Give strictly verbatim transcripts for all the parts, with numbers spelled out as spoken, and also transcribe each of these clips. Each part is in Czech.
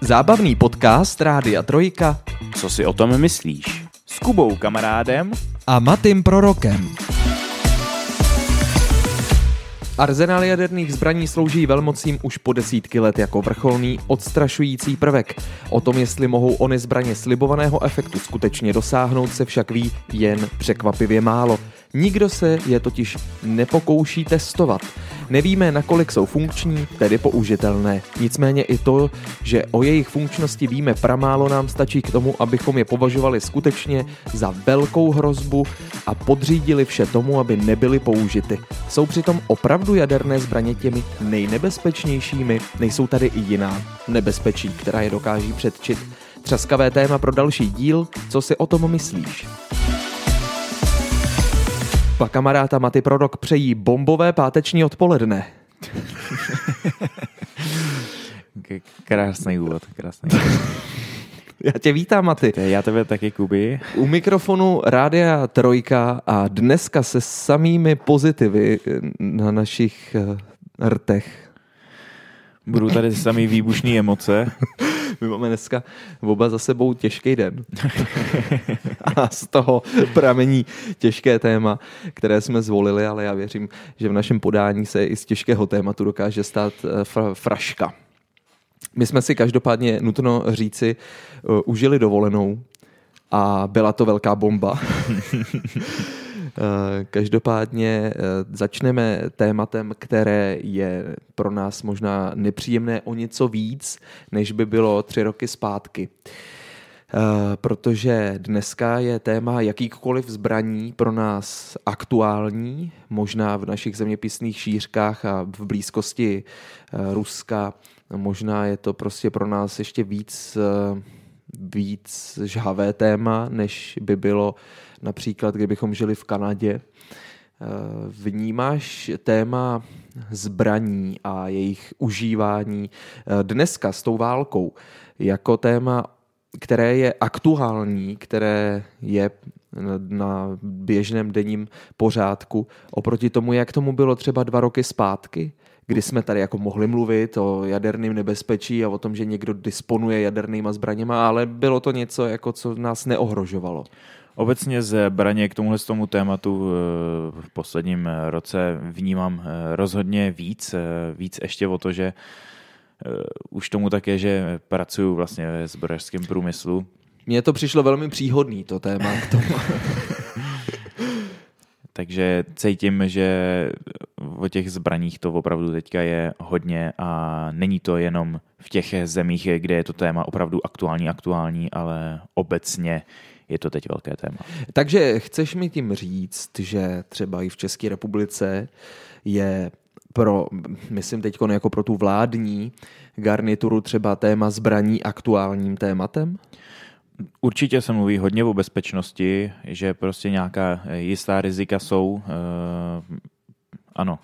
Zábavný podcast Rádia Trojka. Co si o tom myslíš? S Kubou kamarádem a Matým prorokem. Arzenál jaderných zbraní slouží velmocím už po desítky let jako vrcholný, odstrašující prvek. O tom, jestli mohou ony zbraně slibovaného efektu skutečně dosáhnout, se však ví jen překvapivě málo. Nikdo se je totiž nepokouší testovat. Nevíme, nakolik jsou funkční, tedy použitelné. Nicméně i to, že o jejich funkčnosti víme pramálo, nám stačí k tomu, abychom je považovali skutečně za velkou hrozbu a podřídili vše tomu, aby nebyly použity. Jsou přitom opravdu jaderné zbraně těmi nejnebezpečnějšími? Nejsou tady i jiná nebezpečí, která je dokáží předčit? Třaskavé téma pro další díl. Co si o tom myslíš? Pa kamarád a Maty prorok přejí bombové páteční odpoledne. Krásný úvod, krásný úvod. Já tě vítám, Maty. Já tebe taky, Kuby. U mikrofonu Rádia Trojka a dneska se samými pozitivy na našich rtech. Budou tady samý výbušný emoce. My máme dneska oba za sebou těžký den. A z toho pramení těžké téma, které jsme zvolili, ale já věřím, že v našem podání se i z těžkého tématu dokáže stát fr- fraška. My jsme si každopádně, nutno říci, uh, užili dovolenou a byla to velká bomba. Každopádně začneme tématem, které je pro nás možná nepříjemné o něco víc, než by bylo tři roky zpátky. Protože dneska je téma jakýchkoliv zbraní pro nás aktuální, možná v našich zeměpisných šířkách a v blízkosti Ruska. Možná je to prostě pro nás ještě víc, víc žhavé téma, než by bylo například, kdybychom žili v Kanadě. Vnímáš téma zbraní a jejich užívání dneska s tou válkou jako téma, které je aktuální, které je na běžném denním pořádku, oproti tomu, jak tomu bylo třeba dva roky zpátky, kdy jsme tady jako mohli mluvit o jaderném nebezpečí a o tom, že někdo disponuje jadernýma zbraněma, ale bylo to něco, jako co nás neohrožovalo. Obecně zbraně k tomuhle tomu tématu v posledním roce vnímám rozhodně víc. Víc ještě o to, že už tomu tak je, že pracuju vlastně ve zbrojařském průmyslu. Mně to přišlo velmi příhodný, to téma k tomu. Takže cítím, že o těch zbraních to opravdu teďka je hodně a není to jenom v těch zemích, kde je to téma opravdu aktuální, aktuální, ale obecně je to teď velké téma. Takže chceš mi tím říct, že třeba i v České republice je pro, myslím teď jako pro tu vládní garnituru třeba téma zbraní aktuálním tématem? Určitě se mluví hodně o bezpečnosti, že prostě nějaká jistá rizika jsou. Uh, ano.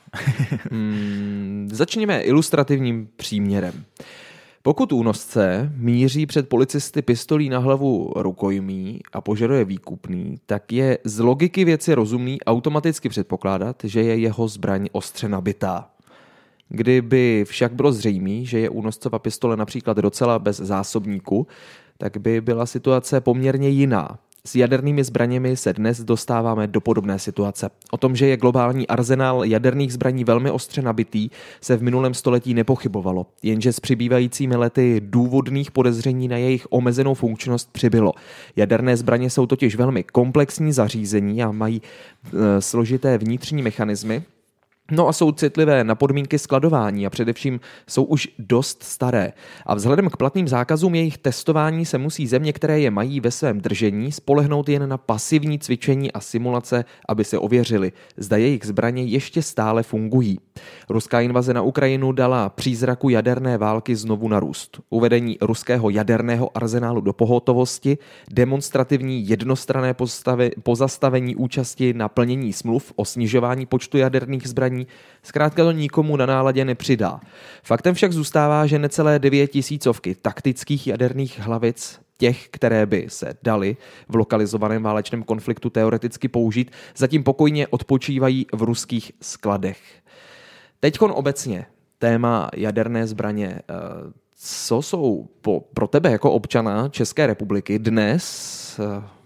hmm, začněme ilustrativním příměrem. Pokud únosce míří před policisty pistolí na hlavu rukojmí a požaduje výkupný, tak je z logiky věci rozumný automaticky předpokládat, že je jeho zbraň ostře nabitá. Kdyby však bylo zřejmé, že je únoscova pistole například docela bez zásobníku, tak by byla situace poměrně jiná. S jadernými zbraněmi se dnes dostáváme do podobné situace. O tom, že je globální arzenál jaderných zbraní velmi ostře nabitý, se v minulém století nepochybovalo, jenže s přibývajícími lety důvodných podezření na jejich omezenou funkčnost přibylo. Jaderné zbraně jsou totiž velmi komplexní zařízení a mají e, složité vnitřní mechanismy, no a jsou citlivé na podmínky skladování a především jsou už dost staré. A vzhledem k platným zákazům jejich testování se musí země, které je mají ve svém držení, spolehnout jen na pasivní cvičení a simulace, aby se ověřili, zda jejich zbraně ještě stále fungují. Ruská invaze na Ukrajinu dala přízraku jaderné války znovu narůst. Uvedení ruského jaderného arzenálu do pohotovosti, demonstrativní jednostranné postavy, pozastavení účasti na plnění smluv o snižování počtu jaderných zbraní, zkrátka to nikomu na náladě nepřidá. Faktem však zůstává, že necelé devět tisícovky taktických jaderných hlavic, těch, které by se daly v lokalizovaném válečném konfliktu teoreticky použít, zatím pokojně odpočívají v ruských skladech. Teďkon obecně téma jaderné zbraně. co jsou po, pro tebe jako občana České republiky dnes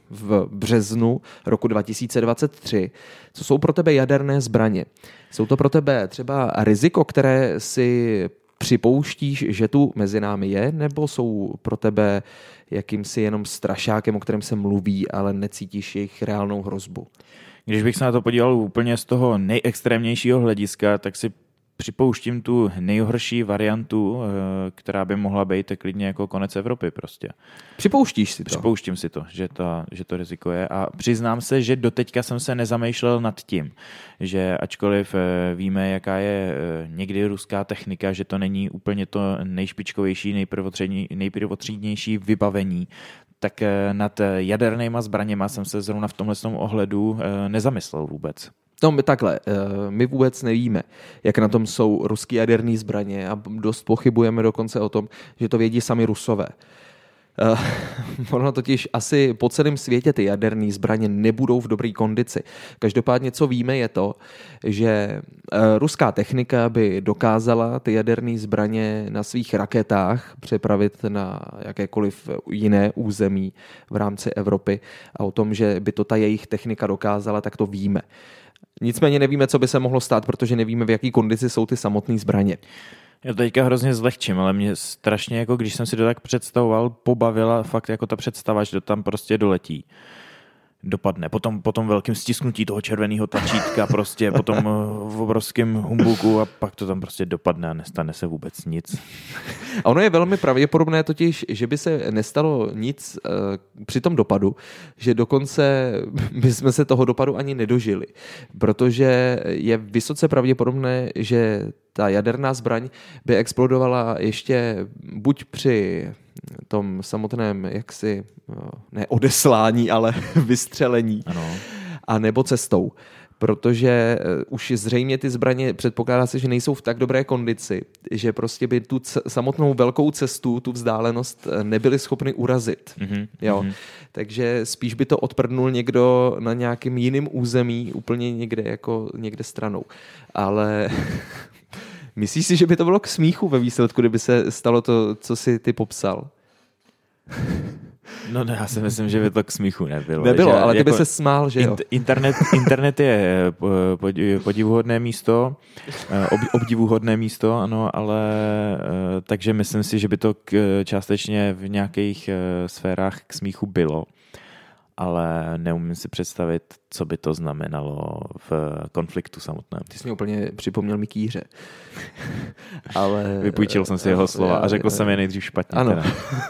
v březnu roku dva tisíce dvacet tři, co jsou pro tebe jaderné zbraně? Jsou to pro tebe třeba riziko, které si připouštíš, že tu mezi námi je, nebo jsou pro tebe jakýmsi jenom strašákem, o kterém se mluví, ale necítíš jejich reálnou hrozbu? Když bych se na to podíval úplně z toho nejextrémnějšího hlediska, tak si připouštím tu nejhorší variantu, která by mohla být klidně jako konec Evropy prostě. Připouštíš si to? Připouštím si to, že, ta, že to riziko je a přiznám se, že doteďka jsem se nezamýšlel nad tím, že ačkoliv víme, jaká je někdy ruská technika, že to není úplně to nejšpičkovější, nejprvotřídnější vybavení, tak nad jadernýma zbraněma jsem se zrovna v tomhle ohledu nezamyslel vůbec. No my takhle, my vůbec nevíme, jak na tom jsou ruský jaderné zbraně a dost pochybujeme dokonce o tom, že to vědí sami Rusové. Uh, ono totiž asi po celém světě ty jaderné zbraně nebudou v dobré kondici. Každopádně, co víme, je to, že uh, ruská technika by dokázala ty jaderné zbraně na svých raketách přepravit na jakékoliv jiné území v rámci Evropy a o tom, že by to ta jejich technika dokázala, tak to víme. Nicméně nevíme, co by se mohlo stát, protože nevíme, v jaký kondici jsou ty samotné zbraně. Já to teďka hrozně zlehčím, ale mě strašně, jako když jsem si to tak představoval, pobavila fakt jako ta představa, že to tam prostě doletí. Dopadne. Potom, potom velkým stisknutí toho červeného tlačítka, prostě potom v obrovském humbuku a pak to tam prostě dopadne a nestane se vůbec nic. A ono je velmi pravděpodobné totiž, že by se nestalo nic uh, při tom dopadu, že dokonce by jsme se toho dopadu ani nedožili, protože je vysoce pravděpodobné, že ta jaderná zbraň by explodovala ještě buď při tom samotném jaksi, ne odeslání, ale vystřelení, ano. A nebo cestou. Protože už zřejmě ty zbraně, předpokládá se, že nejsou v tak dobré kondici, že prostě by tu c- samotnou velkou cestu, tu vzdálenost nebyli schopni urazit. Mm-hmm. Jo. Mm-hmm. Takže spíš by to odprdnul někdo na nějakým jiným území, úplně někde, jako někde stranou. Ale myslíš si, že by to bylo k smíchu ve výsledku, kdyby se stalo to, co jsi ty popsal? No ne, já si myslím, že by to k smíchu nebylo. Nebylo, že ale ty jako by se smál, že jo? Internet, internet je podivuhodné místo, obdivuhodné místo, ano, ale takže myslím si, že by to k, částečně v nějakých sférách k smíchu bylo. Ale neumím si představit, co by to znamenalo v konfliktu samotném. Ty jsi mě úplně připomněl Mikýře. Ale vypůjčil jsem si jeho slova a řekl jsem je nejdřív špatně. Ano.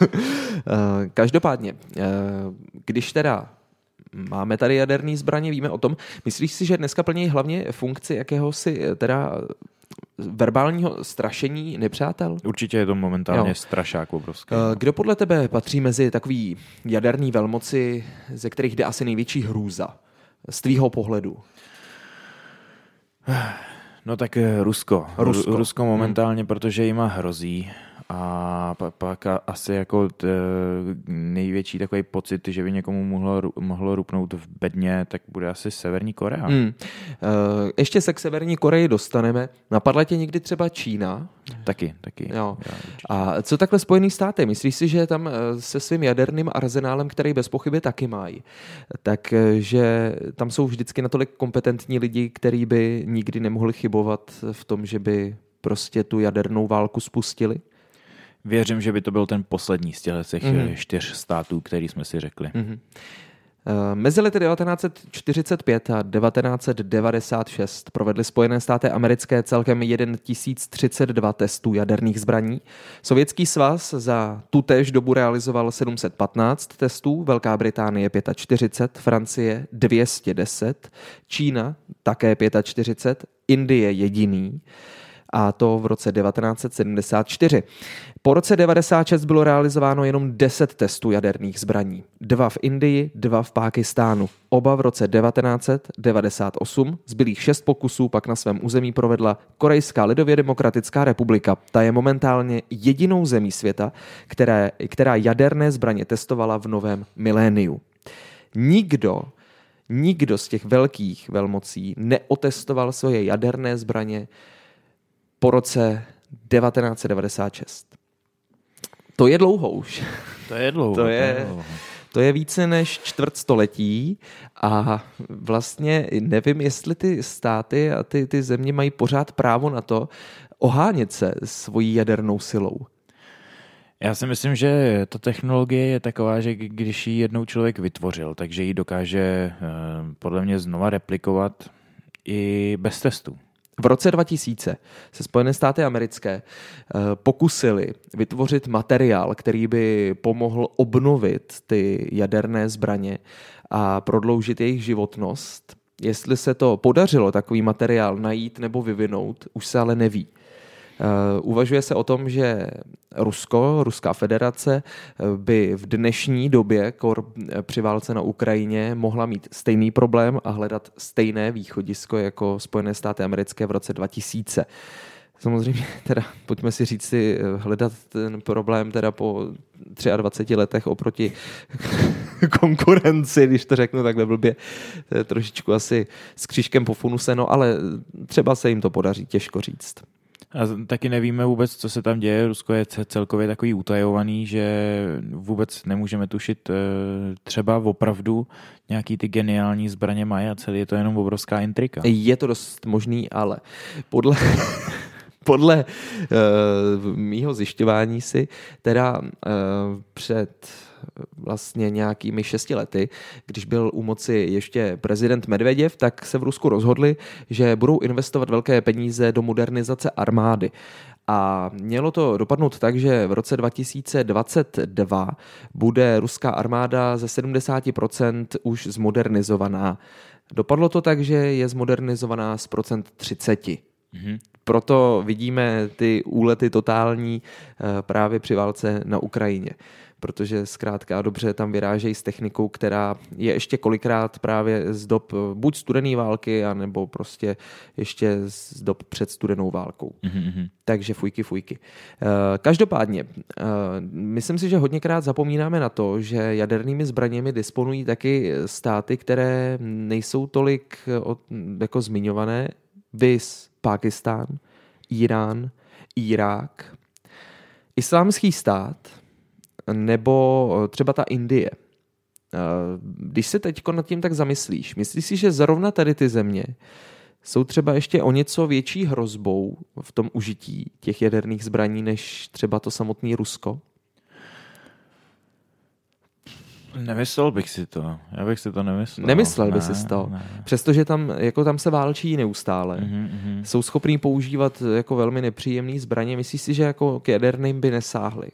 Každopádně, když teda máme tady jaderný zbraně, víme o tom, myslíš si, že dneska plní hlavně funkci jakéhosi teda verbálního strašení nepřátel? Určitě je to momentálně jo. strašák obrovský. Kdo podle tebe patří mezi takový jaderný velmoci, ze kterých jde asi největší hrůza? Z tvýho pohledu. No tak Rusko. Rusko, Rusko momentálně, hmm. protože jim hrozí. A pak asi jako t, největší takový pocit, že by někomu mohlo, mohlo rupnout v bedně, tak bude asi Severní Korea. Hmm. Ještě se k Severní Koreji dostaneme. Napadla tě někdy třeba Čína? Taky, taky. Jo. A co takhle Spojený státy? Myslíš si, že tam se svým jaderným arzenálem, který bez pochyby taky mají, takže tam jsou vždycky natolik kompetentní lidi, kteří by nikdy nemohli chybovat v tom, že by prostě tu jadernou válku spustili? Věřím, že by to byl ten poslední z těch mm-hmm. čtyř států, který jsme si řekli. Mm-hmm. Mezi lety devatenáct set čtyřicet pět a devatenáct set devadesát šest provedly Spojené státy americké celkem tisíc třicet dva testů jaderných zbraní. Sovětský svaz za tutéž dobu realizoval sedm set patnáct testů, Velká Británie čtyřicet pět, Francie dvě stě deset, Čína také čtyřicet pět, Indie jediný, a to v roce devatenáct set sedmdesát čtyři. Po roce devadesát šest bylo realizováno jenom deset testů jaderných zbraní. Dva v Indii, dva v Pákistánu. Oba v roce devatenáct set devadesát osm. Zbylých šest pokusů pak na svém území provedla Korejská lidově demokratická republika. Ta je momentálně jedinou zemí světa, která, která jaderné zbraně testovala v novém miléniu. Nikdo, nikdo z těch velkých velmocí neotestoval svoje jaderné zbraně po roce devatenáct set devadesát šest. To je dlouho už. To je dlouho. To je, to je, dlouho. To je více než čtvrt století a vlastně nevím, jestli ty státy a ty, ty země mají pořád právo na to ohánět se svojí jadernou silou. Já si myslím, že ta technologie je taková, že když ji jednou člověk vytvořil, takže ji dokáže podle mě znova replikovat i bez testů. V roce dva tisíce se Spojené státy americké pokusili vytvořit materiál, který by pomohl obnovit ty jaderné zbraně a prodloužit jejich životnost. Jestli se to podařilo takový materiál najít nebo vyvinout, už se ale neví. Uh, uvažuje se o tom, že Rusko, Ruská federace by v dnešní době kor při válce na Ukrajině mohla mít stejný problém a hledat stejné východisko jako Spojené státy americké v roce dva tisíce. Samozřejmě, teda, pojďme si říct si, hledat ten problém teda po dvaceti třech letech oproti konkurenci, když to řeknu takhle blbě, to je trošičku asi s křížkem po funuse, no ale třeba se jim to podaří, těžko říct. A taky nevíme vůbec, co se tam děje. Rusko je celkově takový utajovaný, že vůbec nemůžeme tušit třeba opravdu nějaký ty geniální zbraně mají a celý je to jenom obrovská intrika. Je to dost možný, ale podle... Podle uh, mýho zjišťování si teda uh, před vlastně nějakými šesti lety, když byl u moci ještě prezident Medveděv, tak se v Rusku rozhodli, že budou investovat velké peníze do modernizace armády. A mělo to dopadnout tak, že v roce dva tisíce dvacet dva bude ruská armáda ze sedmdesát procent už zmodernizovaná. Dopadlo to tak, že je zmodernizovaná z procent třicet. Mm-hmm. Proto vidíme ty úlety totální právě při válce na Ukrajině. Protože zkrátka dobře tam vyrážejí s technikou, která je ještě kolikrát právě z dob buď studené války, anebo prostě ještě z dob před studenou válkou. Mm-hmm. Takže fujky, fujky. Každopádně, myslím si, že hodněkrát zapomínáme na to, že jadernými zbraněmi disponují taky státy, které nejsou tolik jako zmiňované, viz Pákistán, Irán, Irák, Islámský stát nebo třeba ta Indie. Když se teď nad tím tak zamyslíš, myslíš si, že zrovna tady ty země jsou třeba ještě o něco větší hrozbou v tom užití těch jaderných zbraní než třeba to samotné Rusko? Nemyslel bych si to. Já bych si to nemyslel. Nemyslel ne, by si to. Ne. Přestože tam, jako tam se válčí neustále. Mm-hmm, mm-hmm. Jsou schopní používat jako velmi nepříjemné zbraně. Myslíš si, že jako k jaderným by nesáhli?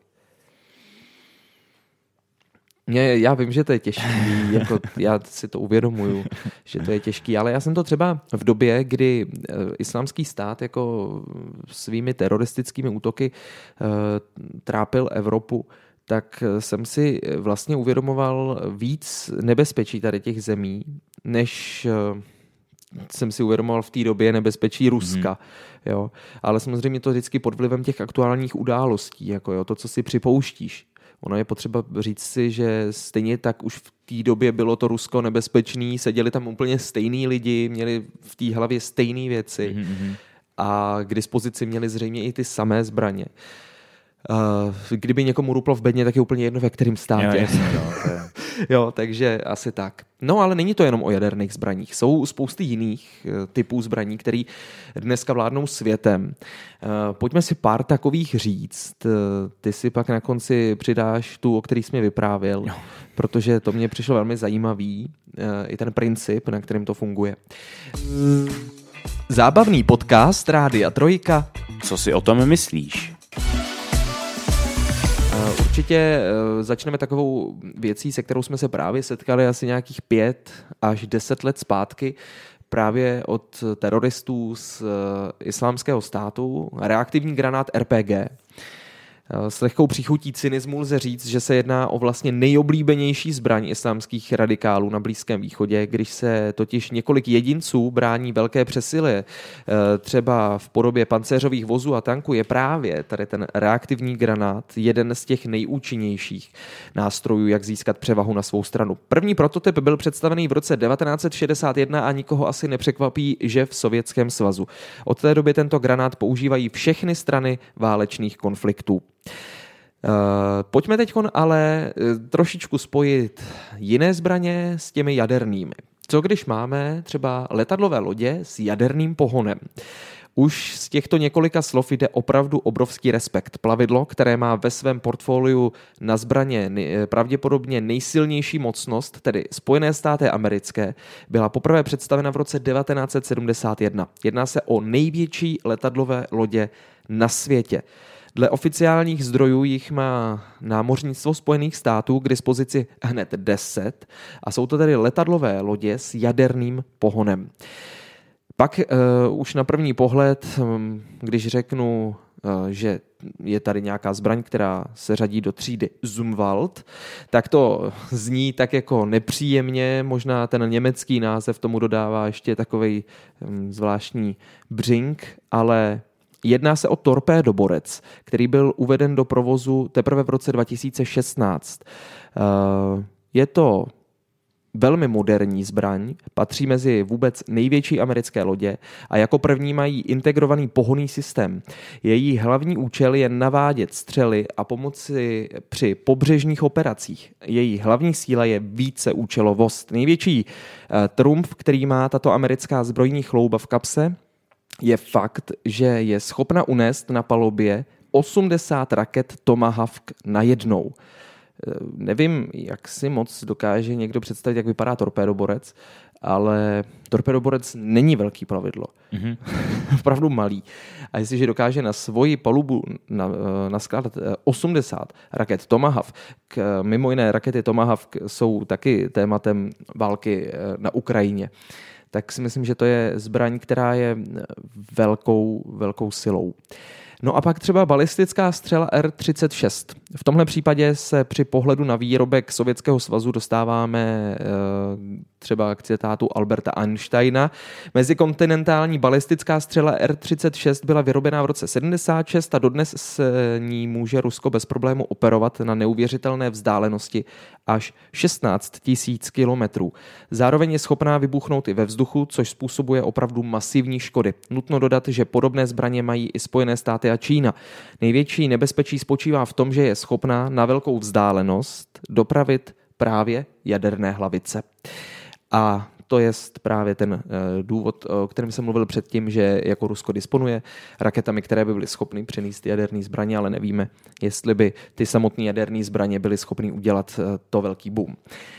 Mě, já vím, že to je těžký, jako já si to uvědomuju, že to je těžký, ale já jsem to třeba v době, kdy Islámský stát jako svými teroristickými útoky uh, trápil Evropu, tak jsem si vlastně uvědomoval víc nebezpečí tady těch zemí, než jsem si uvědomoval v té době nebezpečí Ruska. Mm. Jo. Ale samozřejmě to vždycky pod vlivem těch aktuálních událostí, jako jo, to, co si připouštíš. Ono je potřeba říct si, že stejně tak už v té době bylo to Rusko nebezpečný, seděli tam úplně stejný lidi, měli v té hlavě stejné věci mm-hmm. a k dispozici měli zřejmě i ty samé zbraně. Uh, kdyby někomu ruplo v bedně, tak je úplně jedno, ve kterém státě. Jo, jasně, jo, okay. Jo, takže asi tak. No, ale není to jenom o jaderných zbraních. Jsou spousty jiných uh, typů zbraní, které dneska vládnou světem. Uh, pojďme si pár takových říct. Uh, ty si pak na konci přidáš tu, o který jsi mi vyprávěl, jo. Protože to mě přišlo velmi zajímavý. Uh, I ten princip, na kterém to funguje. Uh, zábavný podcast Rádia Trojka. Co si o tom myslíš? Určitě začneme takovou věcí, se kterou jsme se právě setkali asi nějakých pět až deset let zpátky, právě od teroristů z Islámského státu, reaktivní granát R P G. S lehkou příchutí cynismu lze říct, že se jedná o vlastně nejoblíbenější zbraň islámských radikálů na Blízkém východě, když se totiž několik jedinců brání velké přesile, třeba v podobě pancéřových vozů a tanků, je právě tady ten reaktivní granát jeden z těch nejúčinnějších nástrojů, jak získat převahu na svou stranu. První prototyp byl představený v roce devatenáct set šedesát jedna a nikoho asi nepřekvapí, že v Sovětském svazu. Od té doby tento granát používají všechny strany válečných konfliktů. pojďme teď ale trošičku spojit jiné zbraně s těmi jadernými. Co když máme třeba letadlové lodě s jaderným pohonem? Už z těchto několika slov jde opravdu obrovský respekt. Plavidlo, které má ve svém portfoliu na zbraně pravděpodobně nejsilnější mocnost, tedy Spojené státy americké, byla poprvé představena v roce devatenáct set sedmdesát jedna. Jedná se o největší letadlové lodě na světě. Dle oficiálních zdrojů jich má námořnictvo Spojených států k dispozici hned deset a jsou to tedy letadlové lodě s jaderným pohonem. Pak uh, už na první pohled, um, když řeknu, uh, že je tady nějaká zbraň, která se řadí do třídy Zumwalt, tak to zní tak jako nepříjemně, možná ten německý název tomu dodává ještě takovej um, zvláštní břink, ale jedná se o torpédoborec, který byl uveden do provozu teprve v roce dva tisíce šestnáct. Uh, je to velmi moderní zbraň, patří mezi vůbec největší americké lodě a jako první mají integrovaný pohonný systém. Její hlavní účel je navádět střely a pomoci při pobřežních operacích. Její hlavní síla je víceúčelovost. Největší uh, trumf, který má tato americká zbrojní chlouba v kapse, je fakt, že je schopna unést na palubě osmdesát raket Tomahawk najednou. Nevím, jak si moc dokáže někdo představit, jak vypadá torpédoborec, ale torpédoborec není velký plavidlo. Mm-hmm. Opravdu malý. A jestliže dokáže na svoji palubu naskládat osmdesát raket Tomahawk, mimo jiné rakety Tomahawk jsou taky tématem války na Ukrajině, tak si myslím, že to je zbraň, která je velkou, velkou silou. No a pak třeba balistická střela R třicet šest. V tomhle případě se při pohledu na výrobek Sovětského svazu dostáváme e, třeba k citátu Alberta Einsteina. Mezikontinentální balistická střela R třicet šest byla vyrobená v roce sedmdesát šest a dodnes s ní může Rusko bez problému operovat na neuvěřitelné vzdálenosti až šestnáct tisíc kilometrů. Zároveň je schopná vybuchnout i ve vzduchu, což způsobuje opravdu masivní škody. Nutno dodat, že podobné zbraně mají i Spojené státy a Čína. Největší nebezpečí spočívá v tom, že je schopná na velkou vzdálenost dopravit právě jaderné hlavice. A to je právě ten důvod, o kterém jsem mluvil předtím, že jako Rusko disponuje raketami, které by byly schopny přenést jaderné zbraně, ale nevíme, jestli by ty samotné jaderné zbraně byly schopny udělat to velký boom.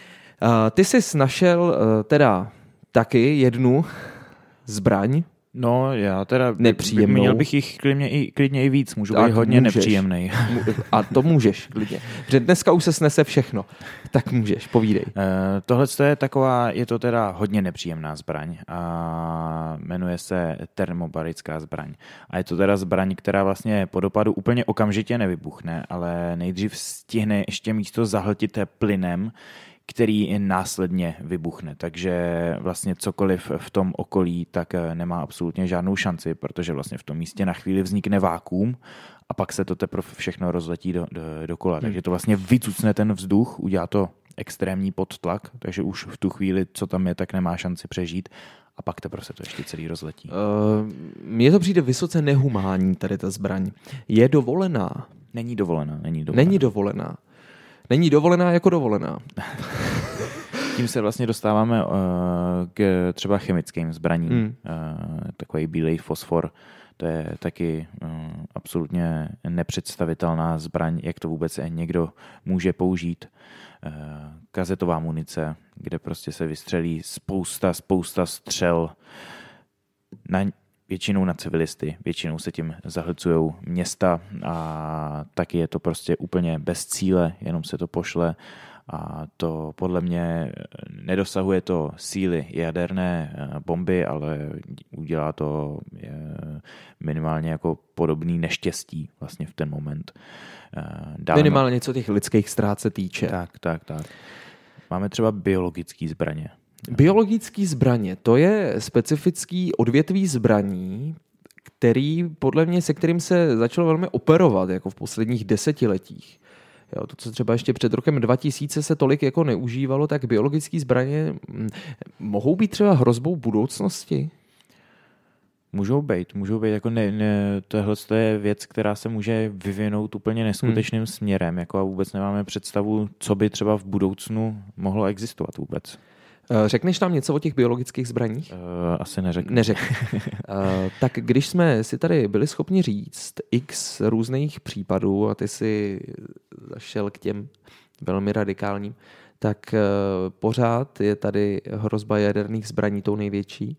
Ty jsi našel teda taky jednu zbraň. No, já teda nepříjemnou. Měl bych jich klidně i, klidně i víc, můžu být hodně můžeš. nepříjemnej. A to můžeš, klidně. Protože dneska už se snese všechno. Tak můžeš, povídej. Uh, Tohle je taková, je to teda hodně nepříjemná zbraň a jmenuje se termobarická zbraň. A je to teda zbraň, která vlastně po dopadu úplně okamžitě nevybuchne, ale nejdřív stihne ještě místo zahltit plynem, který následně vybuchne. Takže vlastně cokoliv v tom okolí tak nemá absolutně žádnou šanci, protože vlastně v tom místě na chvíli vznikne vákuum a pak se to teprve všechno rozletí do, do, dokola. Hmm. Takže to vlastně vycucne ten vzduch, udělá to extrémní podtlak, takže už v tu chvíli, co tam je, tak nemá šanci přežít a pak teprve se to ještě celý rozletí. Uh, mně to přijde vysoce nehumánní tady ta zbraň. Je dovolená? Není dovolená. Není dovolená. Není dovolená. Není dovolená jako dovolená. Tím se vlastně dostáváme uh, k třeba chemickým zbraním. Hmm. Uh, takový bílej fosfor, to je taky uh, absolutně nepředstavitelná zbraň, jak to vůbec někdo může použít. Uh, kazetová munice, kde prostě se vystřelí spousta, spousta střel na většinou na civilisty, většinou se tím zahlcují města a taky je to prostě úplně bez cíle, jenom se to pošle a to podle mě nedosahuje to síly jaderné bomby, ale udělá to minimálně jako podobný neštěstí vlastně v ten moment. Dále minimálně co těch lidských ztrát se týče. Tak, tak, tak. Máme třeba biologické zbraně. Biologické zbraně, to je specifický odvětví zbraní, který podle mě, se kterým se začalo velmi operovat jako v posledních desetiletích. Jo, to, co třeba ještě před rokem dva tisíce se tolik jako neužívalo, tak biologické zbraně mohou být třeba hrozbou budoucnosti? Můžou být, můžou být, jako ne, ne, tohle je věc, která se může vyvinout úplně neskutečným hmm. směrem, jako a vůbec nemáme představu, co by třeba v budoucnu mohlo existovat vůbec. Řekneš nám něco o těch biologických zbraních? Uh, asi neřeknu. Neřeknu. uh, tak když jsme si tady byli schopni říct x různých případů a ty si zašel k těm velmi radikálním, tak uh, pořád je tady hrozba jaderných zbraní tou největší?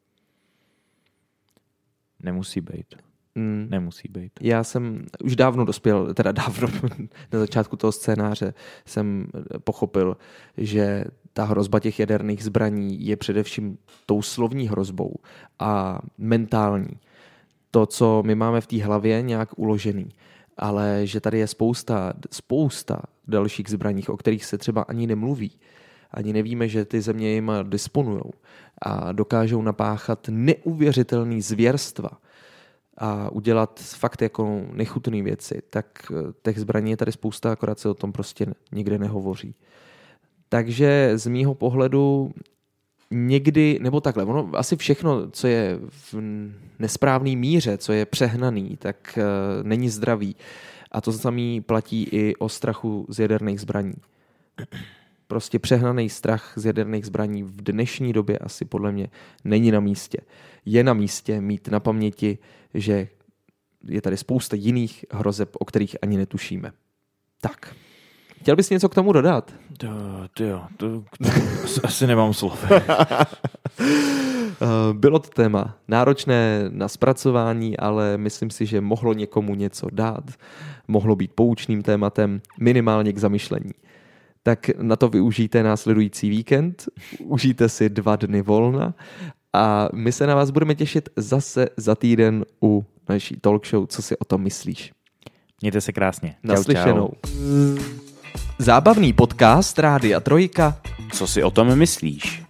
Nemusí být. Mm. Nemusí být. Já jsem už dávno dospěl, teda dávno na začátku toho scénáře jsem pochopil, že ta hrozba těch jaderných zbraní je především tou slovní hrozbou a mentální. To, co my máme v té hlavě nějak uložený. Ale že tady je spousta, spousta dalších zbraní, o kterých se třeba ani nemluví. Ani nevíme, že ty země jima disponujou a dokážou napáchat neuvěřitelný zvěrstva a udělat fakt jako nechutné věci, tak těch zbraní je tady spousta, akorát se o tom prostě nikde nehovoří. Takže z mýho pohledu někdy, nebo takhle, ono asi všechno, co je v nesprávné míře, co je přehnaný, tak uh, není zdravý. A to samé platí i o strachu z jaderných zbraní. Prostě přehnaný strach z jaderných zbraní v dnešní době asi podle mě není na místě. Je na místě mít na paměti, že je tady spousta jiných hrozeb, o kterých ani netušíme. Tak. Chtěl bys něco k tomu dodat? To, to jo, to, to asi nemám slov. Bylo to téma náročné na zpracování, ale myslím si, že mohlo někomu něco dát. Mohlo být poučným tématem, minimálně k zamyšlení. Tak na to využijte následující víkend, užijte si dva dny volna a my se na vás budeme těšit zase za týden u naší talk show. Co si o tom myslíš? Mějte se krásně. Naslyšenou. Čau, čau. Zábavný podcast Rádia Trojka. Co si o tom myslíš?